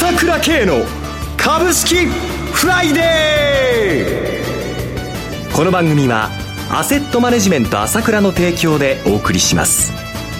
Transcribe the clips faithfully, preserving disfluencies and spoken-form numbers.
朝倉慶の株式フライデー。この番組はアセットマネジメント朝倉の提供でお送りします。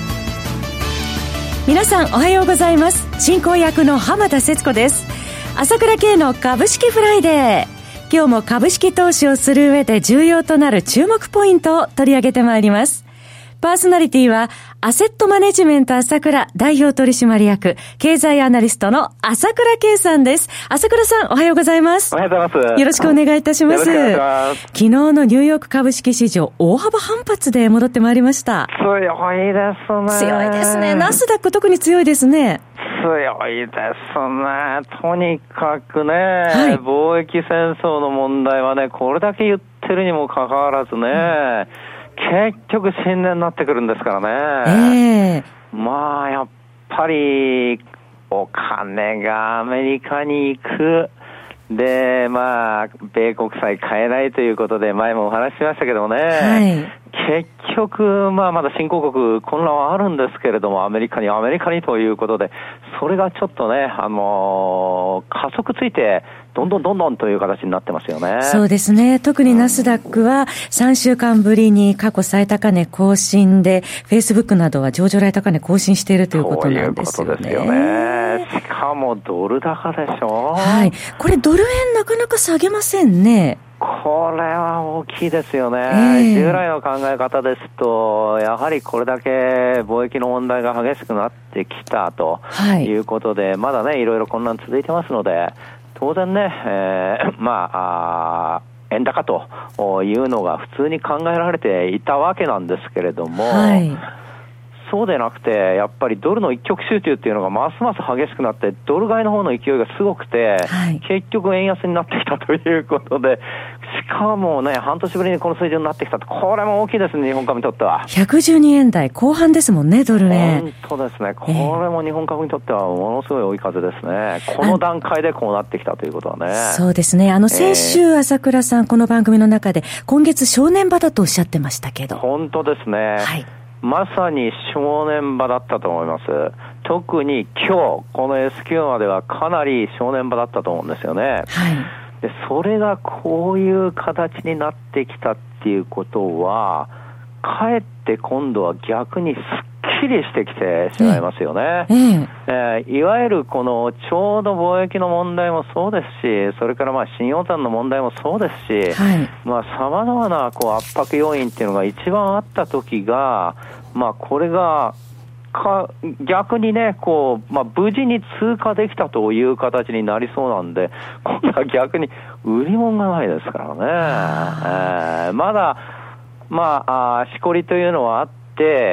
皆さんおはようございます。進行役の浜田節子です。朝倉慶の株式フライデー。今日も株式投資をする上で重要となる注目ポイントを取り上げてまいります。パーソナリティはアセットマネジメント朝倉代表取締役経済アナリストの朝倉慶さんです。朝倉さんおはようございます。 おはようございます。 よろしくお願いいたします。 よろしくお願いします。 昨日のニューヨーク株式市場大幅反発で戻ってまいりました。 強いですね。 強いですね。ナスダック特に強いですね。 強いですね。とにかくね、はい、貿易戦争の問題はね、これだけ言ってるにもかかわらずね、うん結局新年になってくるんですからね、えー、まあやっぱりお金がアメリカに行くでまあ米国債買えないということで前もお話ししましたけどもね、はい、結局まあまだ新興国混乱はあるんですけれどもアメリカにアメリカにということでそれがちょっとねあのー、加速ついてどんどんどんどんという形になってますよね。 そうですね。特にナスダックはさんしゅうかんぶりに過去最高値更新で、フェイスブックなどは上場来高値更新しているということなんですよね。 そういうことですよね。しかもドル高でしょ。 はい。これドル円なかなか下げませんね。 これは大きいですよね、えー、従来の考え方ですとやはりこれだけ貿易の問題が激しくなってきたということで、はい、まだねいろいろ混乱続いてますので当然ね、えー、まあ、あ円高というのが普通に考えられていたわけなんですけれども、はい、そうでなくてやっぱりドルの一極集中っていうのがますます激しくなってドル買いの方の勢いがすごくて、はい、結局円安になってきたということでしかもね半年ぶりにこの水準になってきたとこれも大きいですね日本株にとってはひゃくじゅうにえん台後半ですもんねドル円。 本当ですねこれも日本株にとってはものすごい追い風ですね。この段階でこうなってきたということはね。 そうですねあの先週朝倉さんこの番組の中で今月正念場だとおっしゃってましたけど本当ですね、はいまさに正念場だったと思います。特に今日この エスキュー まではかなり正念場だったと思うんですよね、はい、でそれがこういう形になってきたっていうことはかえって今度は逆にすっきりしてきてしまいますよね、うんうんえー、いわゆるこのちょうど貿易の問題もそうですしそれからまあ信用担の問題もそうですし、はいまあ、様々なこう圧迫要因っていうのが一番あった時が、まあ、これがか逆にねこう、まあ、無事に通過できたという形になりそうなんで今度は逆に売り物がないですからね、えー、まだまあ、あしこりというのはあって、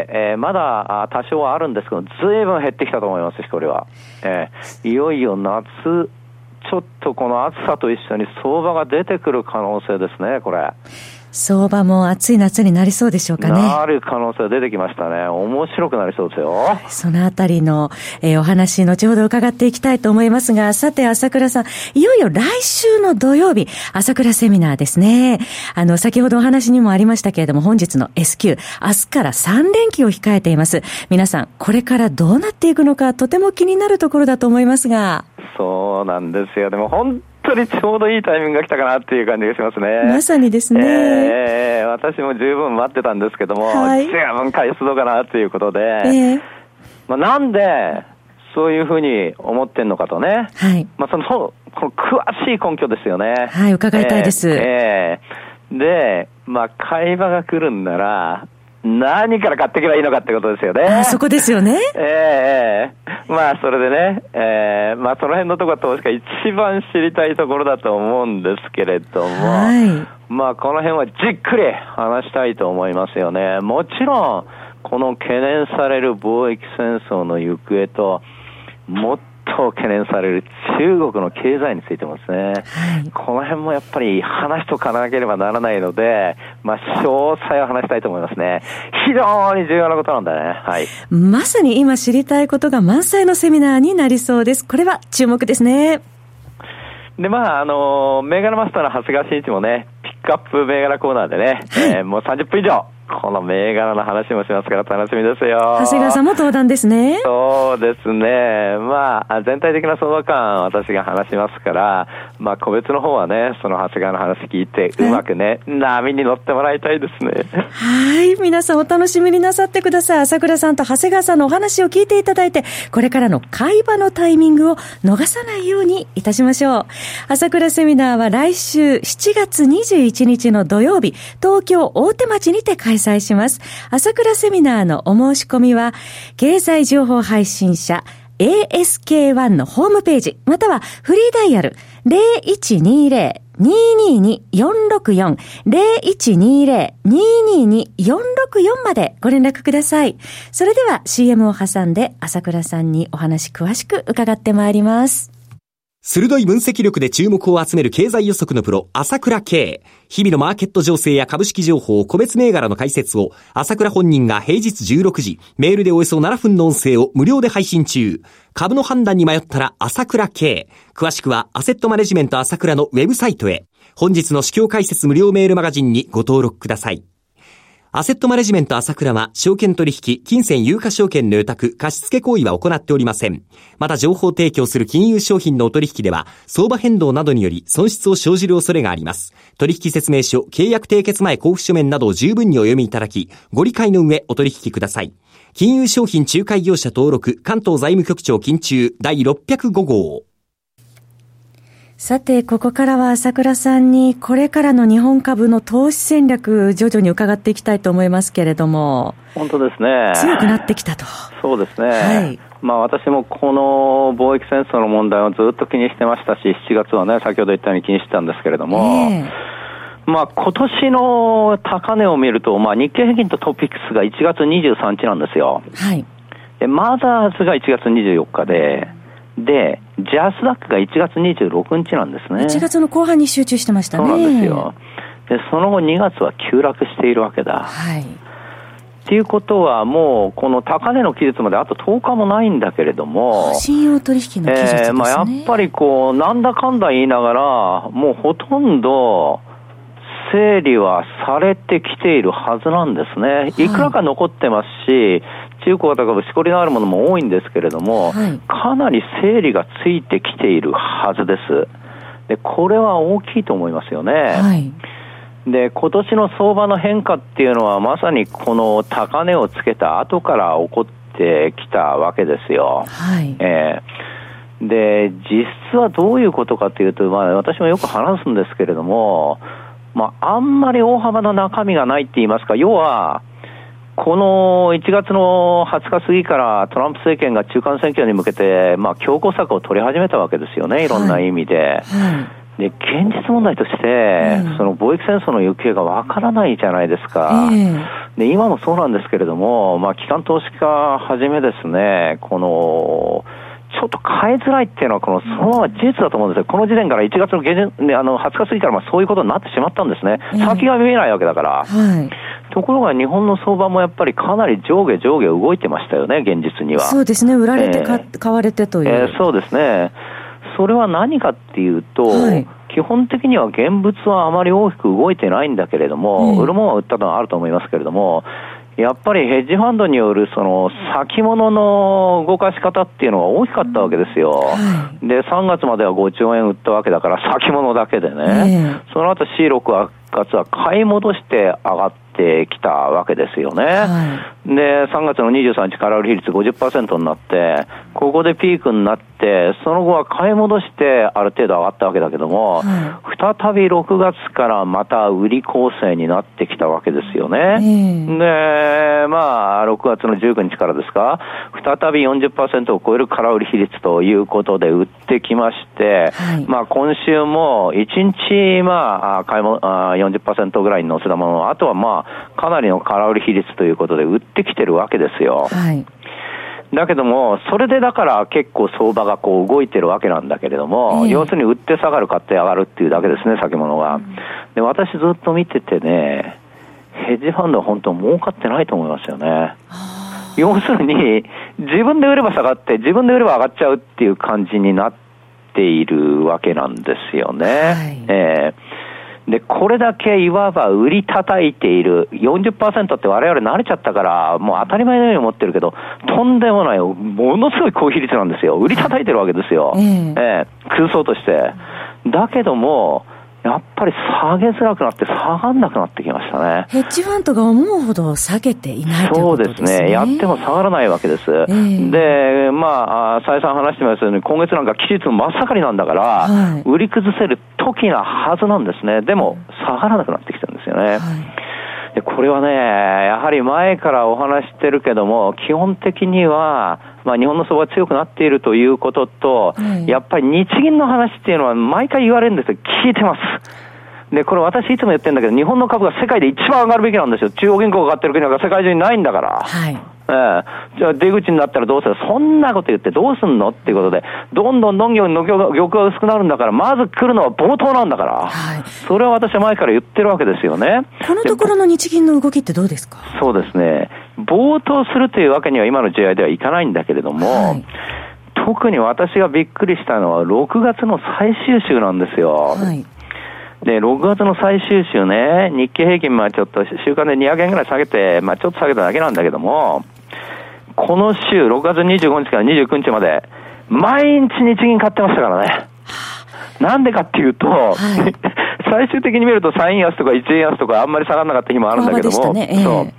えー、まだ多少はあるんですけどずいぶん減ってきたと思いますしこれは、えー、いよいよ夏ちょっとこの暑さと一緒に相場が出てくる可能性ですねこれ。 相場も暑い夏になりそうでしょうかね。 なる可能性出てきましたね。面白くなりそうですよ。 そのあたりの、えー、お話後ほど伺っていきたいと思いますが、さて朝倉さん、いよいよ来週の土曜日、朝倉セミナーですね。あの、先ほどお話にもありましたけれども、本日の エスキュー、明日からさん連休を控えています。皆さん、これからどうなっていくのか、とても気になるところだと思いますが。 そうなんですよ。でも本当にちょうどいいタイミングが来たかなっていう感じがしますね。 まさにですね。 えー、私も十分待ってたんですけども、はい、十分回数かなということで、えーまあ、なんでそういうふうに思ってんのかとね、はいまあ、そのこの詳しい根拠ですよね。 はい、伺いたいです。 えーえー、で、まあ、買い場が来るんなら何から買っていけばいいのかってことですよね。 あ、そこですよね。 ええー、まあそれでね、えー、まあその辺のところは投資家一番知りたいところだと思うんですけれども、はい、まあこの辺はじっくり話したいと思いますよね。もちろんこの懸念される貿易戦争の行方ともっと懸念される中国の経済についてもですね、はい、この辺もやっぱり話しとかなければならないので、まあ、詳細を話したいと思いますね。非常に重要なことなんだね、はい、 まさに今知りたいことが満載のセミナーになりそうです。これは注目ですね。 でまああの銘柄マスターの長谷川慎一もねピックアップ銘柄コーナーでね、はいえー、もうさんじゅっぷん以上この銘柄の話もしますから楽しみですよ。 長谷川さんも登壇ですね。 そうですね。まあ、全体的な相場感私が話しますから、まあ、個別の方はね、その長谷川の話聞いて、うまくね、波に乗ってもらいたいですね。 はい。皆さんお楽しみになさってください。朝倉さんと長谷川さんのお話を聞いていただいて、これからの会話のタイミングを逃さないようにいたしましょう。朝倉セミナーは来週しちがつにじゅういちにちの土曜日、東京大手町にて開催します。朝倉セミナーのお申し込みは、経済情報配信者 エーエスケーワン のホームページ、またはフリーダイヤル ゼロいちにゼロ にーにーにー よんろくよん ゼロいちにゼロ にーにーにー よんろくよん までご連絡ください。それでは シーエム を挟んで朝倉さんにお話詳しく伺ってまいります。 鋭い分析力で注目を集める経済予測のプロ、朝倉慶。日々のマーケット情勢や株式情報、個別銘柄の解説を、朝倉本人が平日じゅうろくじ、メールでおよそななふんの音声を無料で配信中。株の判断に迷ったら朝倉慶。詳しくは、アセットマネジメント朝倉のウェブサイトへ。本日の市況解説無料メールマガジンにご登録ください。アセットマネジメント朝倉は、証券取引、金銭有価証券の予託、貸付行為は行っておりません。また情報提供する金融商品のお取引では、相場変動などにより損失を生じる恐れがあります。取引説明書、契約締結前交付書面などを十分にお読みいただき、ご理解の上お取引ください。金融商品仲介業者登録、関東財務局長金中第ろっぴゃくご号。 さて、ここからは朝倉さんにこれからの日本株の投資戦略、徐々に伺っていきたいと思いますけれども。 本当ですね。 強くなってきたと。 そうですね。 はい。 まあ私もこの貿易戦争の問題をずっと気にしてましたし、しちがつはね、先ほど言ったように気にしてたんですけれども、えーまあ今年の高値を見ると、まあ日経平均とトピックスがいちがつにじゅうさんにちなんですよ。 はい。 で、マザーズがいちがつにじゅうよっかで、で、ジャスダックがいちがつにじゅうろくにちなんですね。 いちがつの後半に集中してましたね。 そうなんですよ。で、その後にがつは急落しているわけだ。 はい。 っていうことはもう、この高値の期日まであととおかもないんだけれども。 信用取引の期日ですね。 えー、まあやっぱりこう、なんだかんだ言いながら、もうほとんど、整理はされてきているはずなんですね。はい、いくらか残ってますし、中古型株、しこりのあるものも多いんですけれども、はい、かなり整理がついてきているはずです。で、これは大きいと思いますよね。はい、で、今年の相場の変化っていうのはまさにこの高値をつけた後から起こってきたわけですよ。はい、えー、で、実質はどういうことかというと、まあ私もよく話すんですけれども、まあ、あんまり大幅な中身がないって言いますか、要は、このいちがつのはつか過ぎからトランプ政権が中間選挙に向けて、まあ、強硬策を取り始めたわけですよね、いろんな意味で。はいはい、で、現実問題として、うん、その貿易戦争の行方がわからないじゃないですか。えー、で、今もそうなんですけれども、まあ、機関投資家はじめですね、この、ちょっと変えづらいっていうのは、この、そのまま事実だと思うんですよ。この時点からいちがつの下旬、ね、あの、はつか過ぎからまあそういうことになってしまったんですね。えー、先が見えないわけだから。はい。ところが日本の相場もやっぱりかなり上下上下動いてましたよね、現実には。 そうですね。売られてか、えー、買われてという、 えー。そうですね。それは何かっていうと、はい、基本的には現物はあまり大きく動いてないんだけれども、うん、売るものは売ったのはあると思いますけれども、やっぱりヘッジファンドによるその先物の動かし方っていうのが大きかったわけですよ。はい、で、さんがつまではごちょうえん売ったわけだから先物だけでね。えー、その後 シーろく 月は買い戻して上がってきたわけですよね。はい、で、さんがつのにじゅうさんにち空売り比率 ごじゅっパーセント になって、ここでピークになって、その後は買い戻してある程度上がったわけだけども、はい、再びろくがつからまた売り構成になってきたわけですよね。えー、で、まあ、ろくがつのじゅうくにちからですか、再び よんじゅっパーセント を超える空売り比率ということで売ってきまして、はい、まあ、今週もいちにち、まあ、買いも、よんじゅっパーセント ぐらいに乗せたもの、あとはまあ、かなりの空売り比率ということで売ってきてるわけですよ。はい、だけども、それでだから結構相場がこう動いてるわけなんだけれども、えー、要するに売って下がる、買って上がるっていうだけですね、先物が。うん、で、私ずっと見ててね、ヘッジファンドは本当儲かってないと思いますよね。要するに、自分で売れば下がって、自分で売れば上がっちゃうっていう感じになっているわけなんですよね。はい、えーで、これだけいわば売り叩いている よんじゅっパーセント って我々慣れちゃったから、もう当たり前のように思ってるけど、とんでもない、ものすごい高比率なんですよ。売り叩いてるわけですよ。ええ、空想として。だけども、やっぱり下げづらくなって下がんなくなってきましたね。 ヘッジファンドが思うほど下げていないということですね。 そうですね。やっても下がらないわけです。えー、で、まあ、再三話してますように、今月なんか期日の真っ盛りなんだから、はい、売り崩せる時なはずなんですね。でも、下がらなくなってきたんですよね。はい、でこれはね、やはり前からお話してるけども、基本的には、まあ、日本の相場が強くなっているということと、うん、やっぱり日銀の話っていうのは毎回言われるんですよ。聞いてます。で、これ私いつも言ってるんだけど、日本の株が世界で一番上がるべきなんですよ。中央銀行が上がってる国なんか世界中にないんだから。はい。ええ、じゃあ出口になったらどうする？そんなこと言ってどうすんのっていうことで、どんどんどんどん漁が薄くなるんだから、まず来るのは冒頭なんだから。はい。それは私は前から言ってるわけですよね。 このところの日銀の動きってどうですか？ そうですね。冒頭するというわけには今の時代ではいかないんだけれども、はい、特に私がびっくりしたのはろくがつの最終週なんですよ。はい。で、ろくがつの最終週ね、日経平均まあちょっと週間でにひゃくえんぐらい下げて、まあちょっと下げただけなんだけども、この週、ろくがつにじゅうごにちからにじゅうくにちまで、毎日日銀買ってましたからね。なんでかっていうと、はい、最終的に見るとさんえん安とかいちえん安とかあんまり下がらなかった日もあるんだけども、ねえー、そう。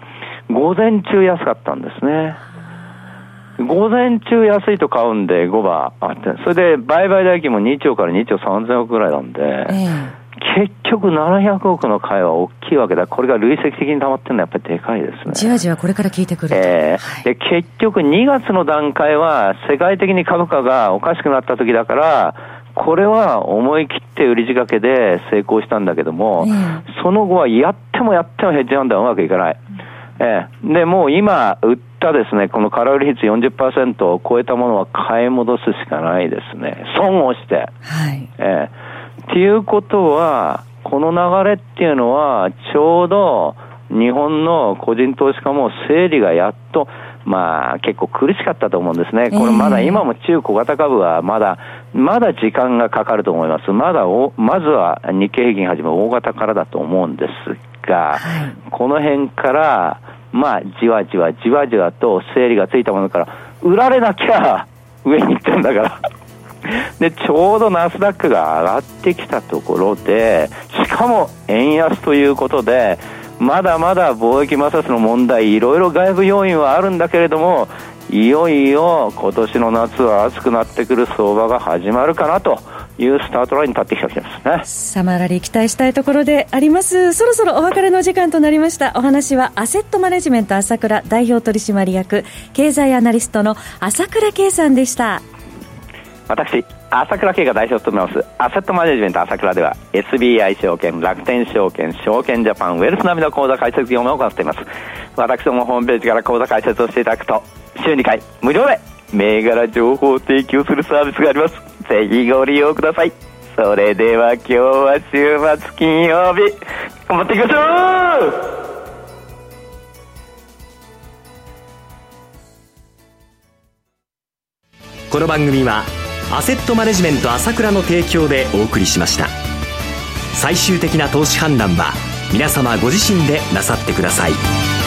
午前中安かったんですね。午前中安いと買うんでごばあって、それで売買代金もにちょうからにちょうさんぜんおくぐらいなんで、えー結局ななひゃくおくの買いは大きいわけだ。これが累積的に溜まってるのはやっぱりでかいですね。 じわじわこれから効いてくると、 えーはい、で結局にがつの段階は世界的に株価がおかしくなった時だから、これは思い切って売り仕掛けで成功したんだけども、えー、その後はやってもやってもヘッジファンドはうまくいかない、うんえー、でもう今売ったですね、この空売り率 よんじゅっパーセント を超えたものは買い戻すしかないですね。損をして、はいえーっていうことは、この流れっていうのは、ちょうど日本の個人投資家も整理がやっと、まあ結構苦しかったと思うんですね。これまだ今も中小型株はまだ、まだ時間がかかると思います。まだお、まずは日経平均はじめ大型からだと思うんですが、はい、この辺から、まあじわじわじわじわと整理がついたものから、売られなきゃ上に行ってんだから。でちょうどナスダックが上がってきたところで、しかも円安ということで、まだまだ貿易摩擦の問題、いろいろ外部要因はあるんだけれども、いよいよ今年の夏は暑くなってくる相場が始まるかなというスタートラインに立ってきたわけですね。 サマーラリー期待したいところであります。そろそろお別れの時間となりました。お話はアセットマネジメント朝倉代表取締役経済アナリストの朝倉圭さんでした。 私、朝倉圭が代表を務めますアセットマネジメント朝倉では エスビーアイ 証券、楽天証券、証券ジャパン、ウェルス並みの口座開設業務を行っています。私どもホームページから口座開設をしていただくと週にかい無料で銘柄情報を提供するサービスがあります。ぜひご利用ください。それでは今日は週末金曜日、頑張っていきましょう。 この番組はアセットマネジメント朝倉の提供でお送りしました。最終的な投資判断は皆様ご自身でなさってください。